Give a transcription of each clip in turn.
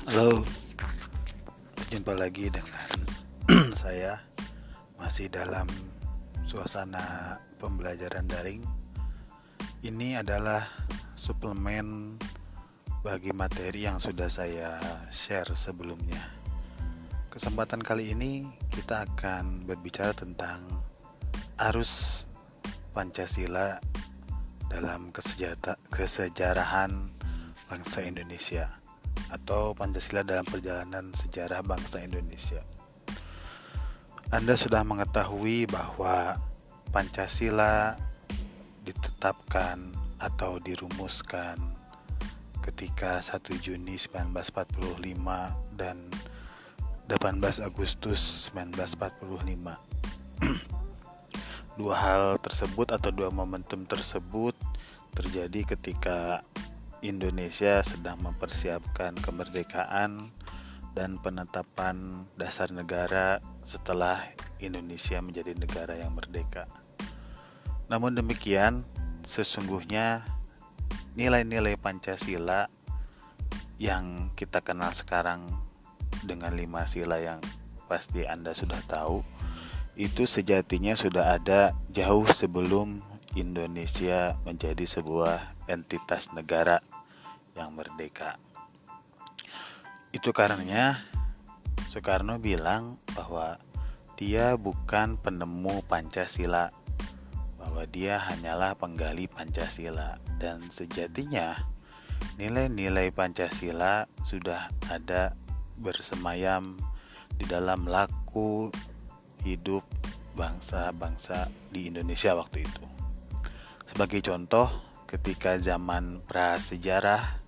Halo, berjumpa lagi dengan saya. Masih dalam suasana pembelajaran daring. Ini adalah suplemen bagi materi yang sudah saya share sebelumnya. Kesempatan kali ini kita akan berbicara tentang arus Pancasila dalam kesejarahan bangsa Indonesia, atau Pancasila dalam perjalanan sejarah bangsa Indonesia. Anda sudah mengetahui bahwa Pancasila ditetapkan atau dirumuskan ketika 1 Juni 1945 dan 18 Agustus 1945. Dua hal tersebut atau dua momentum tersebut terjadi ketika Indonesia sedang mempersiapkan kemerdekaan dan penetapan dasar negara setelah Indonesia menjadi negara yang merdeka. Namun demikian, sesungguhnya nilai-nilai Pancasila yang kita kenal sekarang dengan 5 sila yang pasti Anda sudah tahu, itu sejatinya sudah ada jauh sebelum Indonesia menjadi sebuah entitas negara yang merdeka. Itu karenanya Soekarno bilang bahwa dia bukan penemu Pancasila, bahwa dia hanyalah penggali Pancasila, dan sejatinya nilai-nilai Pancasila sudah ada bersemayam di dalam laku hidup bangsa-bangsa di Indonesia waktu itu. Sebagai contoh, ketika zaman prasejarah,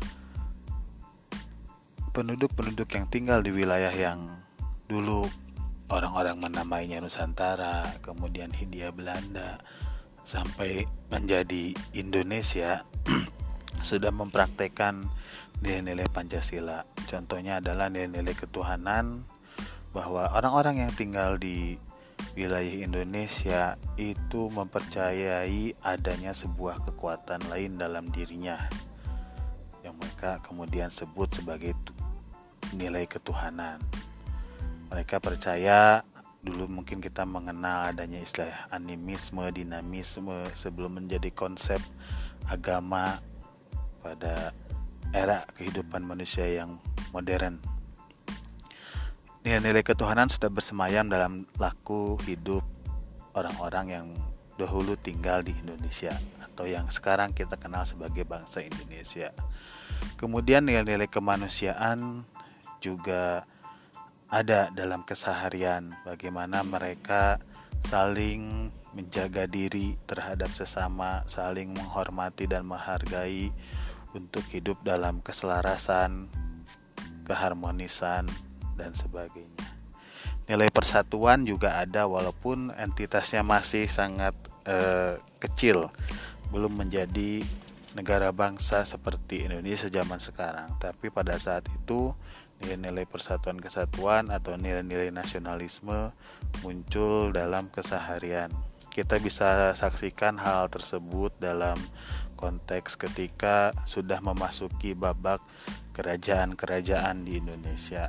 penduduk-penduduk yang tinggal di wilayah yang dulu orang-orang menamainya Nusantara, kemudian Hindia Belanda, sampai menjadi Indonesia, sudah mempraktekkan nilai-nilai Pancasila. Contohnya adalah nilai-nilai ketuhanan, bahwa orang-orang yang tinggal di wilayah Indonesia itu mempercayai adanya sebuah kekuatan lain dalam dirinya, yang mereka kemudian sebut sebagai nilai ketuhanan. Mereka percaya, dulu mungkin kita mengenal adanya istilah animisme, dinamisme sebelum menjadi konsep agama pada era kehidupan manusia yang modern. Nilai-nilai ketuhanan sudah bersemayam dalam laku hidup orang-orang yang dahulu tinggal di Indonesia, atau yang sekarang kita kenal sebagai bangsa Indonesia. Kemudian nilai-nilai kemanusiaan juga ada dalam keseharian, bagaimana mereka saling menjaga diri terhadap sesama, saling menghormati dan menghargai untuk hidup dalam keselarasan, keharmonisan, dan sebagainya. Nilai persatuan juga ada, walaupun entitasnya masih sangat kecil, belum menjadi negara bangsa seperti Indonesia zaman sekarang. Tapi pada saat itu nilai-nilai persatuan kesatuan atau nilai-nilai nasionalisme muncul dalam keseharian. Kita bisa saksikan hal tersebut dalam konteks ketika sudah memasuki babak kerajaan-kerajaan di Indonesia.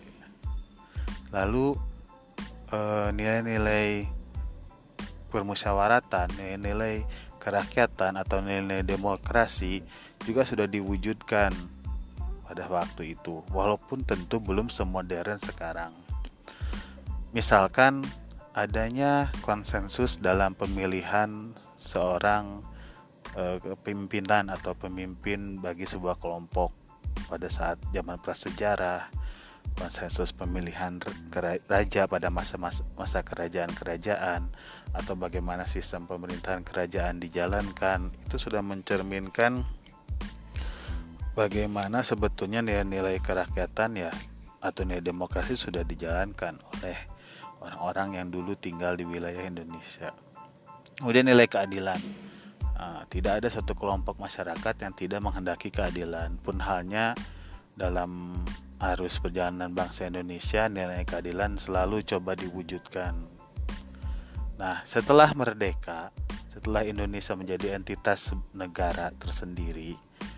Lalu nilai-nilai permusyawaratan, nilai-nilai kerakyatan atau nilai-nilai demokrasi juga sudah diwujudkan pada waktu itu, walaupun tentu belum semodern sekarang. Misalkan adanya konsensus dalam pemilihan seorang kepemimpinan atau pemimpin bagi sebuah kelompok pada saat zaman prasejarah, konsensus pemilihan raja pada masa kerajaan-kerajaan, atau bagaimana sistem pemerintahan kerajaan dijalankan, itu sudah mencerminkan bagaimana sebetulnya nilai-nilai kerakyatan ya atau nilai demokrasi sudah dijalankan oleh orang-orang yang dulu tinggal di wilayah Indonesia. Kemudian nilai keadilan. Tidak ada suatu kelompok masyarakat yang tidak menghendaki keadilan. Pun halnya dalam arus perjalanan bangsa Indonesia, nilai keadilan selalu coba diwujudkan. Nah, setelah merdeka, setelah Indonesia menjadi entitas negara tersendiri,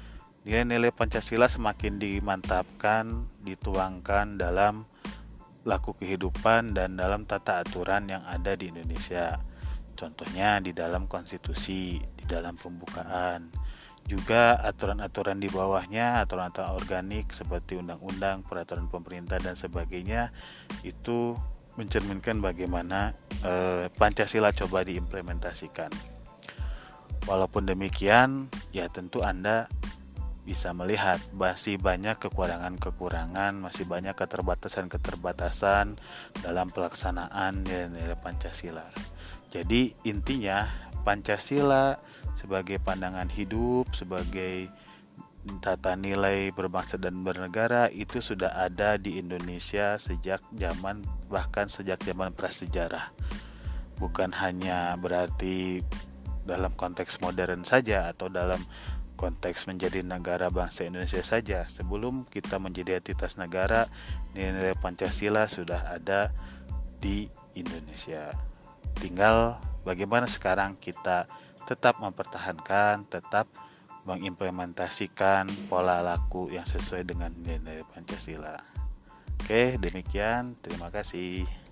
Nilai-nilai Pancasila semakin dimantapkan, dituangkan dalam laku kehidupan dan dalam tata aturan yang ada di Indonesia. Contohnya di dalam konstitusi, di dalam pembukaan. Juga aturan-aturan di bawahnya, aturan-aturan organik seperti undang-undang, peraturan pemerintah dan sebagainya, itu mencerminkan bagaimana Pancasila coba diimplementasikan. Walaupun demikian, ya tentu Anda bisa melihat masih banyak kekurangan-kekurangan, masih banyak keterbatasan-keterbatasan dalam pelaksanaan nilai-nilai Pancasila. Jadi intinya Pancasila sebagai pandangan hidup, sebagai tata nilai berbangsa dan bernegara itu sudah ada di Indonesia bahkan sejak zaman prasejarah. Bukan hanya berarti dalam konteks modern saja atau dalam konteks menjadi negara bangsa Indonesia saja. Sebelum kita menjadi entitas negara, nilai-nilai Pancasila sudah ada di Indonesia. Tinggal bagaimana sekarang kita tetap mempertahankan, tetap mengimplementasikan pola laku yang sesuai dengan nilai-nilai Pancasila. Oke, demikian. Terima kasih.